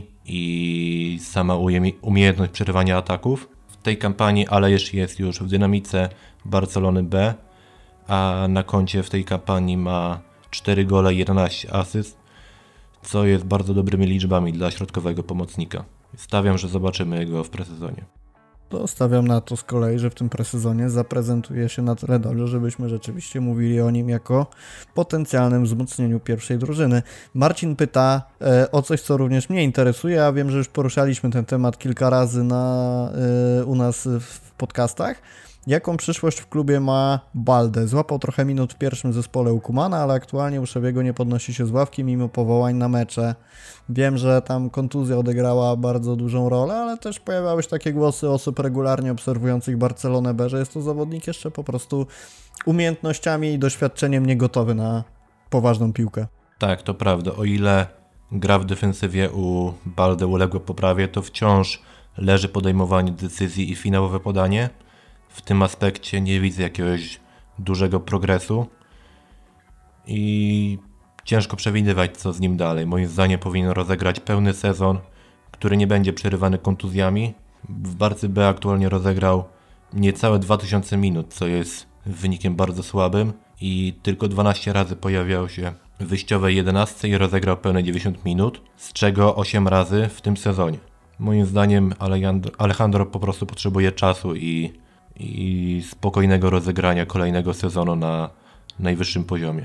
Speaker 2: i sama umiejętność przerywania ataków. W tej kampanii Aleix jest już w dynamice Barcelony B, a na koncie w tej kampanii ma cztery gole i jedenaście asyst, co jest bardzo dobrymi liczbami dla środkowego pomocnika. Stawiam, że zobaczymy go w presezonie.
Speaker 1: To stawiam na to z kolei, że w tym presezonie zaprezentuje się na tyle dobrze, żebyśmy rzeczywiście mówili o nim jako potencjalnym wzmocnieniu pierwszej drużyny. Marcin pyta e, o coś, co również mnie interesuje, a wiem, że już poruszaliśmy ten temat kilka razy na, e, u nas w podcastach. Jaką przyszłość w klubie ma Balde? Złapał trochę minut w pierwszym zespole u Kumana, ale aktualnie u Szewiego nie podnosi się z ławki mimo powołań na mecze. Wiem, że tam kontuzja odegrała bardzo dużą rolę, ale też pojawiały się takie głosy osób regularnie obserwujących Barcelonę B, że jest to zawodnik jeszcze po prostu umiejętnościami i doświadczeniem niegotowy na poważną piłkę.
Speaker 2: Tak, to prawda. O ile gra w defensywie u Balde uległa poprawie, to wciąż leży podejmowanie decyzji i finałowe podanie. W tym aspekcie nie widzę jakiegoś dużego progresu i ciężko przewidywać, co z nim dalej. Moim zdaniem powinien rozegrać pełny sezon, który nie będzie przerywany kontuzjami. W Barcy B aktualnie rozegrał niecałe dwa tysiące minut, co jest wynikiem bardzo słabym i tylko dwanaście razy pojawiał się w wyjściowej jedenastce i rozegrał pełne dziewięćdziesiąt minut, z czego osiem razy w tym sezonie. Moim zdaniem Alejandro po prostu potrzebuje czasu i i spokojnego rozegrania kolejnego sezonu na najwyższym poziomie.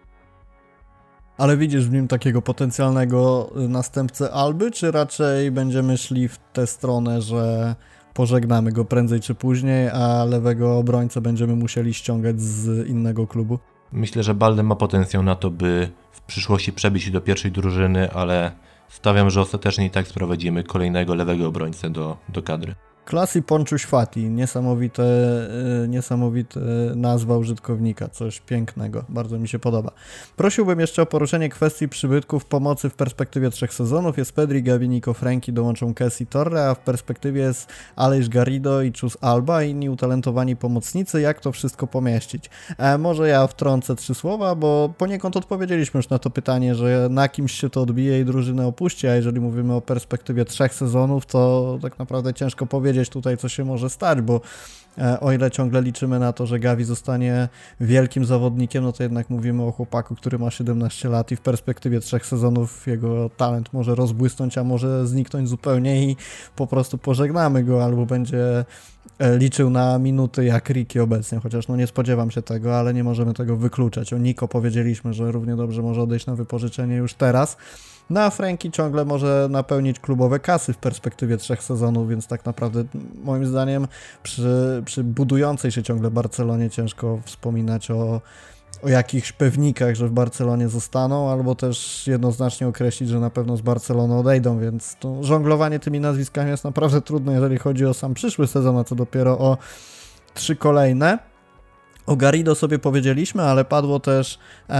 Speaker 1: Ale widzisz w nim takiego potencjalnego następcę Alby, czy raczej będziemy szli w tę stronę, że pożegnamy go prędzej czy później, a lewego obrońcę będziemy musieli ściągać z innego klubu?
Speaker 2: Myślę, że Balde ma potencjał na to, by w przyszłości przebić się do pierwszej drużyny, ale stawiam, że ostatecznie i tak sprowadzimy kolejnego lewego obrońcę do, do kadry.
Speaker 1: Klasy Ponczuś Fati, niesamowite, yy, niesamowite nazwa użytkownika, coś pięknego, bardzo mi się podoba. Prosiłbym jeszcze o poruszenie kwestii przybytków pomocy w perspektywie trzech sezonów. Jest Pedri, Gavi, Nico, Frenkie, dołączą Kessi, Torre, a w perspektywie jest Aleix Garrido i Chus Alba, inni utalentowani pomocnicy. Jak to wszystko pomieścić? E, może ja wtrącę trzy słowa, bo poniekąd odpowiedzieliśmy już na to pytanie, że na kimś się to odbije i drużynę opuści, a jeżeli mówimy o perspektywie trzech sezonów, to tak naprawdę ciężko powiedzieć tutaj, co się może stać, bo e, o ile ciągle liczymy na to, że Gavi zostanie wielkim zawodnikiem, no to jednak mówimy o chłopaku, który ma siedemnaście lat i w perspektywie trzech sezonów jego talent może rozbłysnąć, a może zniknąć zupełnie i po prostu pożegnamy go, albo będzie e, liczył na minuty jak Ricky obecnie, chociaż no nie spodziewam się tego, ale nie możemy tego wykluczać. O Nico powiedzieliśmy, że równie dobrze może odejść na wypożyczenie już teraz. No a Frenkie ciągle może napełnić klubowe kasy w perspektywie trzech sezonów, więc tak naprawdę moim zdaniem przy, przy budującej się ciągle Barcelonie ciężko wspominać o, o jakichś pewnikach, że w Barcelonie zostaną, albo też jednoznacznie określić, że na pewno z Barcelony odejdą, więc to żonglowanie tymi nazwiskami jest naprawdę trudne, jeżeli chodzi o sam przyszły sezon, a co dopiero o trzy kolejne. O Garrido sobie powiedzieliśmy, ale padło też,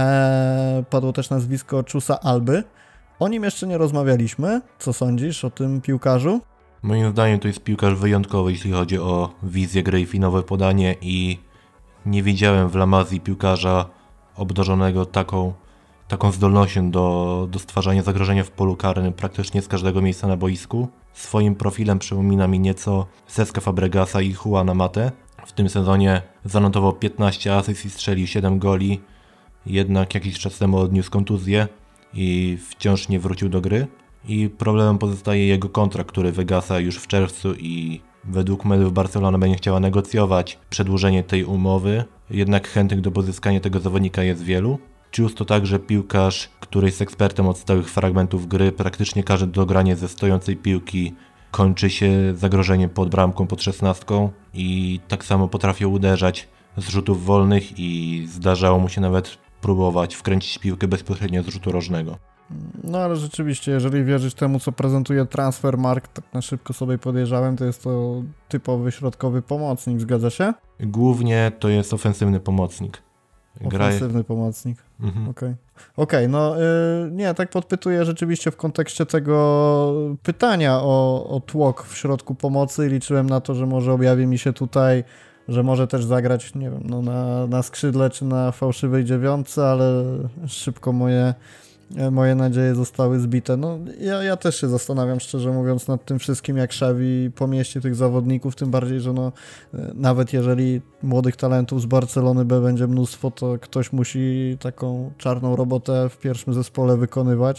Speaker 1: e, padło też nazwisko Chusa Alby. O nim jeszcze nie rozmawialiśmy. Co sądzisz o tym piłkarzu?
Speaker 2: Moim zdaniem to jest piłkarz wyjątkowy, jeśli chodzi o wizję gry i finałowe podanie i nie widziałem w La Masii piłkarza obdarzonego taką, taką zdolnością do, do stwarzania zagrożenia w polu karnym praktycznie z każdego miejsca na boisku. Swoim profilem przypomina mi nieco Cesca Fabregasa i Juana Matę. W tym sezonie zanotował piętnaście asyst i strzelił siedem goli, jednak jakiś czas temu odniósł kontuzję i wciąż nie wrócił do gry. I problemem pozostaje jego kontrakt, który wygasa już w czerwcu i według mediów Barcelona będzie chciała negocjować przedłużenie tej umowy, jednak chętnych do pozyskania tego zawodnika jest wielu. Chus to także piłkarz, który jest ekspertem od stałych fragmentów gry, praktycznie każde dogranie ze stojącej piłki kończy się zagrożeniem pod bramką, pod szesnastką i tak samo potrafił uderzać z rzutów wolnych i zdarzało mu się nawet próbować wkręcić piłkę bezpośrednio z rzutu rożnego.
Speaker 1: No ale rzeczywiście, jeżeli wierzyć temu, co prezentuje Transfermarkt, tak na szybko sobie podejrzałem, to jest to typowy środkowy pomocnik, zgadza się?
Speaker 2: Głównie to jest ofensywny pomocnik.
Speaker 1: Gra... Ofensywny pomocnik,
Speaker 2: mhm.
Speaker 1: okej. Okay. Okej, okay, no yy, nie, tak podpytuję rzeczywiście w kontekście tego pytania o, o tłok w środku pomocy i liczyłem na to, że może objawi mi się tutaj, że może też zagrać, nie wiem, no na, na skrzydle czy na fałszywej dziewiątce, ale szybko moje moje nadzieje zostały zbite. No, ja, ja też się zastanawiam, szczerze mówiąc, nad tym wszystkim, jak Xavi pomieści tych zawodników, tym bardziej, że no, nawet jeżeli młodych talentów z Barcelony B będzie mnóstwo, to ktoś musi taką czarną robotę w pierwszym zespole wykonywać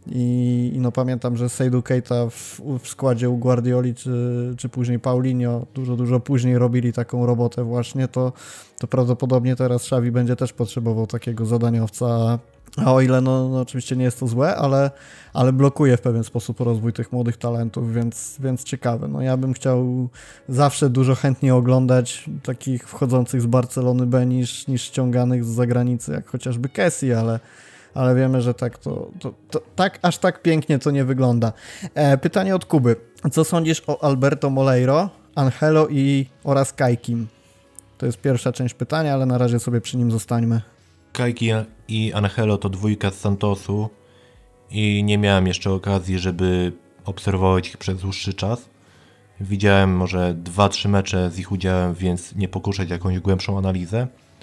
Speaker 1: i, i no pamiętam, że Seydou Keita w, w składzie u Guardioli, czy, czy później Paulinho, dużo, dużo później robili taką robotę właśnie, to, to prawdopodobnie teraz Xavi będzie też potrzebował takiego zadaniowca. A o ile, no, no oczywiście nie jest to złe, ale, ale blokuje w pewien sposób rozwój tych młodych talentów, więc, więc ciekawe. No ja bym chciał zawsze dużo chętniej oglądać takich wchodzących z Barcelony B niż, niż ściąganych z zagranicy, jak chociażby Kessie, ale, ale wiemy, że tak to, to, to tak aż tak pięknie to nie wygląda. E, pytanie od Kuby. Co sądzisz o Alberto Moleiro, Angelo i oraz Kajkim? To jest pierwsza część pytania, ale na razie sobie przy nim zostańmy.
Speaker 2: Kajki i Angelo to dwójka z Santosu i nie miałem jeszcze okazji, żeby obserwować ich przez dłuższy czas. Widziałem może dwa trzy mecze z ich udziałem, więc nie pokuszać jakąś głębszą analizę.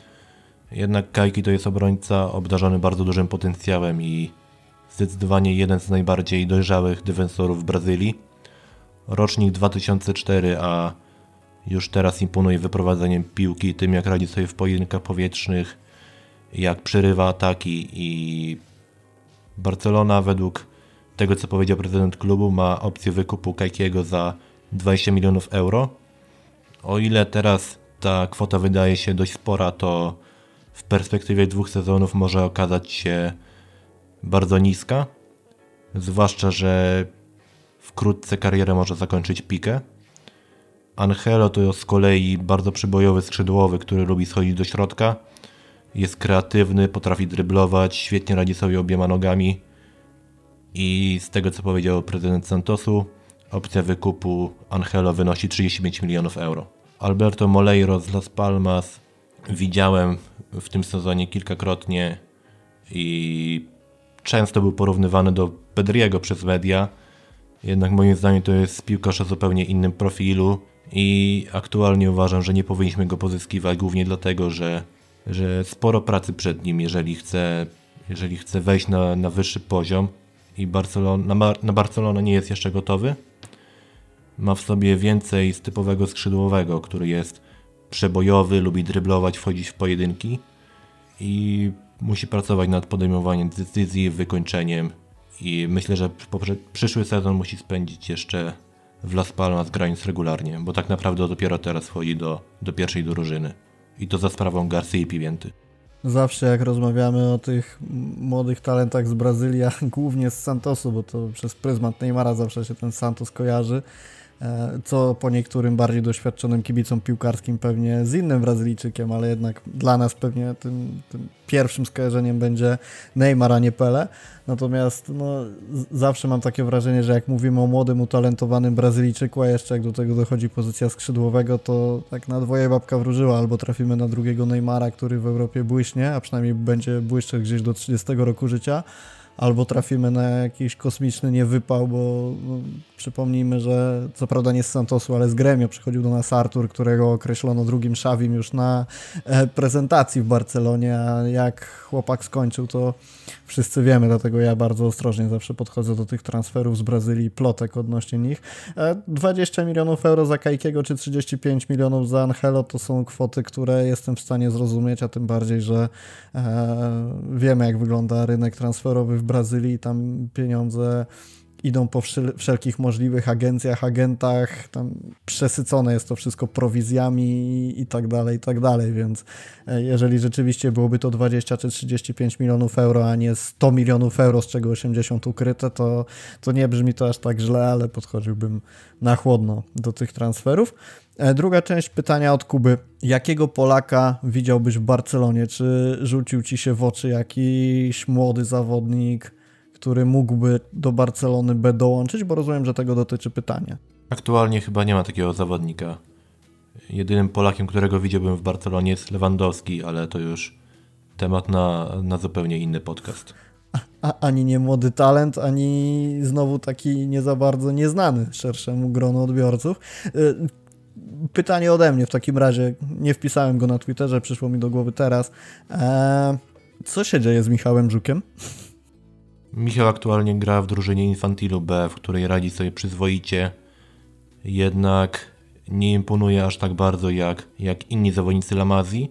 Speaker 2: Jednak Kajki to jest obrońca obdarzony bardzo dużym potencjałem i zdecydowanie jeden z najbardziej dojrzałych defensorów w Brazylii. Rocznik dwa tysiące cztery, a już teraz imponuje wyprowadzeniem piłki, tym jak radzi sobie w pojedynkach powietrznych, jak przerywa ataki i Barcelona według tego, co powiedział prezydent klubu, ma opcję wykupu Kajkiego za dwadzieścia milionów euro. O ile teraz ta kwota wydaje się dość spora, to w perspektywie dwóch sezonów może okazać się bardzo niska, zwłaszcza, że wkrótce karierę może zakończyć Piqué. Angelo to z kolei bardzo przybojowy skrzydłowy, który lubi schodzić do środka. Jest kreatywny, potrafi dryblować, świetnie radzi sobie obiema nogami i z tego, co powiedział prezydent Santosu, opcja wykupu Angelo wynosi trzydzieści pięć milionów euro. Alberto Moleiro z Las Palmas widziałem w tym sezonie kilkakrotnie i często był porównywany do Pedriego przez media, jednak moim zdaniem to jest piłkarz o zupełnie innym profilu i aktualnie uważam, że nie powinniśmy go pozyskiwać głównie dlatego, że że sporo pracy przed nim, jeżeli chce, jeżeli chce wejść na, na wyższy poziom i Barcelona, na, na Barcelonę nie jest jeszcze gotowy. Ma w sobie więcej z typowego skrzydłowego, który jest przebojowy, lubi dryblować, wchodzić w pojedynki i musi pracować nad podejmowaniem decyzji, wykończeniem i myślę, że przyszły sezon musi spędzić jeszcze w Las Palmas grając regularnie, bo tak naprawdę dopiero teraz wchodzi do, do pierwszej drużyny. I to za sprawą García i Pimenty.
Speaker 1: Zawsze jak rozmawiamy o tych młodych talentach z Brazylii, a głównie z Santosu, bo to przez pryzmat Neymara zawsze się ten Santos kojarzy, co po niektórym bardziej doświadczonym kibicom piłkarskim pewnie z innym Brazylijczykiem, ale jednak dla nas pewnie tym, tym pierwszym skojarzeniem będzie Neymar, a nie Pelé. Natomiast no, zawsze mam takie wrażenie, że jak mówimy o młodym, utalentowanym Brazylijczyku, a jeszcze jak do tego dochodzi pozycja skrzydłowego, to tak na dwoje babka wróżyła, albo trafimy na drugiego Neymara, który w Europie błyśnie, a przynajmniej będzie błyszczeć gdzieś do trzydziestego roku życia, albo trafimy na jakiś kosmiczny niewypał, bo no, przypomnijmy, że co prawda nie z Santosu, ale z Gremio przychodził do nas Artur, którego określono drugim Xavim już na e, prezentacji w Barcelonie, a jak chłopak skończył, to wszyscy wiemy, dlatego ja bardzo ostrożnie zawsze podchodzę do tych transferów z Brazylii, plotek odnośnie nich. E, dwadzieścia milionów euro za Kajkiego czy trzydzieści pięć milionów za Angelo to są kwoty, które jestem w stanie zrozumieć, a tym bardziej, że e, wiemy, jak wygląda rynek transferowy w Brazylii, tam pieniądze idą po wszelkich możliwych agencjach, agentach, tam przesycone jest to wszystko prowizjami i tak dalej, i tak dalej, więc jeżeli rzeczywiście byłoby to dwadzieścia czy trzydzieści pięć milionów euro, a nie sto milionów euro, z czego osiemdziesiąt ukryte, to, to nie brzmi to aż tak źle, ale podchodziłbym na chłodno do tych transferów. Druga część pytania od Kuby. Jakiego Polaka widziałbyś w Barcelonie? Czy rzucił ci się w oczy jakiś młody zawodnik, który mógłby do Barcelony B dołączyć? Bo rozumiem, że tego dotyczy pytanie.
Speaker 2: Aktualnie chyba nie ma takiego zawodnika. Jedynym Polakiem, którego widziałbym w Barcelonie jest Lewandowski, ale to już temat na, na zupełnie inny podcast.
Speaker 1: A, a, ani nie młody talent, ani znowu taki nie za bardzo nieznany szerszemu gronu odbiorców. Pytanie ode mnie w takim razie. Nie wpisałem go na Twitterze, przyszło mi do głowy teraz. Eee, co się dzieje z Michałem Żukiem?
Speaker 2: Michał aktualnie gra w drużynie Infantilu B, w której radzi sobie przyzwoicie, jednak nie imponuje aż tak bardzo jak, jak inni zawodnicy La Masii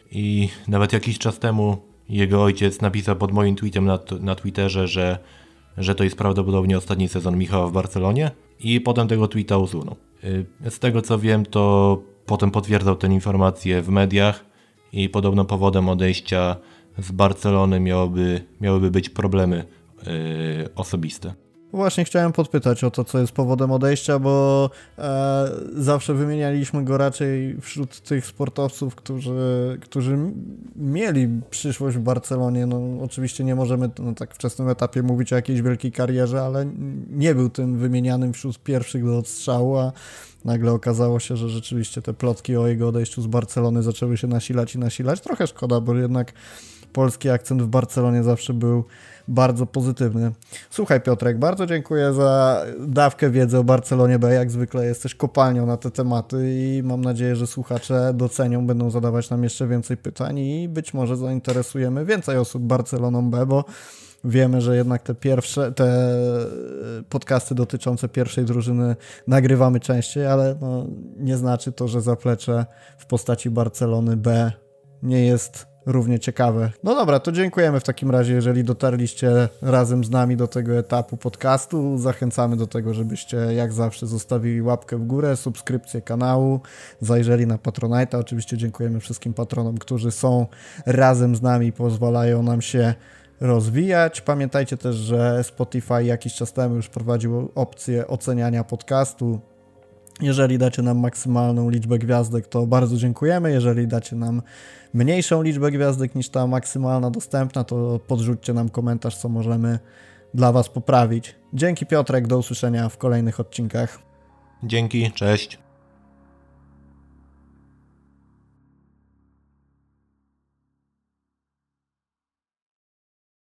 Speaker 2: i nawet jakiś czas temu jego ojciec napisał pod moim tweetem na, na Twitterze, że, że to jest prawdopodobnie ostatni sezon Michała w Barcelonie i potem tego tweeta usunął. Z tego co wiem, to potem potwierdzał tę informację w mediach i podobno powodem odejścia z Barcelony miałoby, miałyby być problemy yy, osobiste.
Speaker 1: Właśnie chciałem podpytać o to, co jest powodem odejścia, bo e, zawsze wymienialiśmy go raczej wśród tych sportowców, którzy, którzy mieli przyszłość w Barcelonie. No, oczywiście nie możemy na tak wczesnym etapie mówić o jakiejś wielkiej karierze, ale nie był tym wymienianym wśród pierwszych do odstrzału, a nagle okazało się, że rzeczywiście te plotki o jego odejściu z Barcelony zaczęły się nasilać i nasilać. Trochę szkoda, bo jednak polski akcent w Barcelonie zawsze był bardzo pozytywny. Słuchaj Piotrek, bardzo dziękuję za dawkę wiedzy o Barcelonie B. Jak zwykle jesteś kopalnią na te tematy i mam nadzieję, że słuchacze docenią, będą zadawać nam jeszcze więcej pytań i być może zainteresujemy więcej osób Barceloną B, bo wiemy, że jednak te pierwsze, te podcasty dotyczące pierwszej drużyny nagrywamy częściej, ale no, nie znaczy to, że zaplecze w postaci Barcelony B nie jest równie ciekawe. No dobra, to dziękujemy w takim razie, jeżeli dotarliście razem z nami do tego etapu podcastu. Zachęcamy do tego, żebyście jak zawsze zostawili łapkę w górę, subskrypcję kanału, zajrzeli na Patronite'a. Oczywiście dziękujemy wszystkim patronom, którzy są razem z nami i pozwalają nam się rozwijać. Pamiętajcie też, że Spotify jakiś czas temu już prowadził opcję oceniania podcastu. Jeżeli dacie nam maksymalną liczbę gwiazdek, to bardzo dziękujemy. Jeżeli dacie nam mniejszą liczbę gwiazdek niż ta maksymalna dostępna, to podrzućcie nam komentarz, co możemy dla Was poprawić. Dzięki Piotrek, do usłyszenia w kolejnych odcinkach.
Speaker 2: Dzięki, cześć.